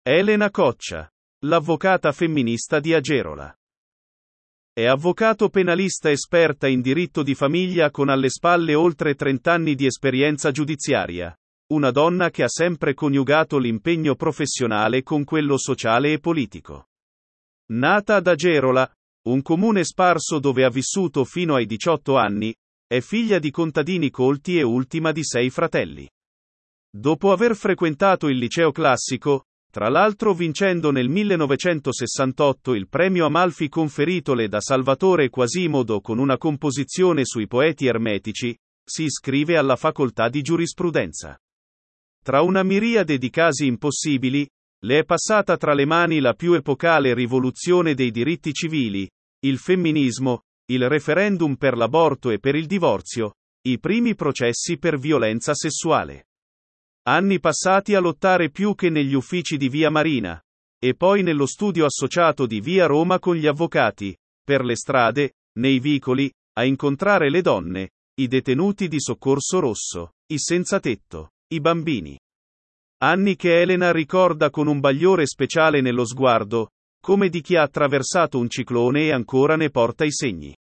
Elena Coccia, l'avvocata femminista di Agerola. È avvocato penalista esperta in diritto di famiglia con alle spalle oltre 30 anni di esperienza giudiziaria. Una donna che ha sempre coniugato l'impegno professionale con quello sociale e politico. Nata ad Agerola, un comune sparso dove ha vissuto fino ai 18 anni, è figlia di contadini colti e ultima di 6 fratelli. Dopo aver frequentato il liceo classico, tra l'altro vincendo nel 1968 il premio Amalfi conferitole da Salvatore Quasimodo con una composizione sui poeti ermetici, si iscrive alla facoltà di giurisprudenza. Tra una miriade di casi impossibili, le è passata tra le mani la più epocale rivoluzione dei diritti civili, il femminismo, il referendum per l'aborto e per il divorzio, i primi processi per violenza sessuale. Anni passati a lottare più che negli uffici di Via Marina, e poi nello studio associato di Via Roma con gli avvocati, per le strade, nei vicoli, a incontrare le donne, i detenuti di Soccorso Rosso, i senzatetto, i bambini. Anni che Elena ricorda con un bagliore speciale nello sguardo, come di chi ha attraversato un ciclone e ancora ne porta i segni.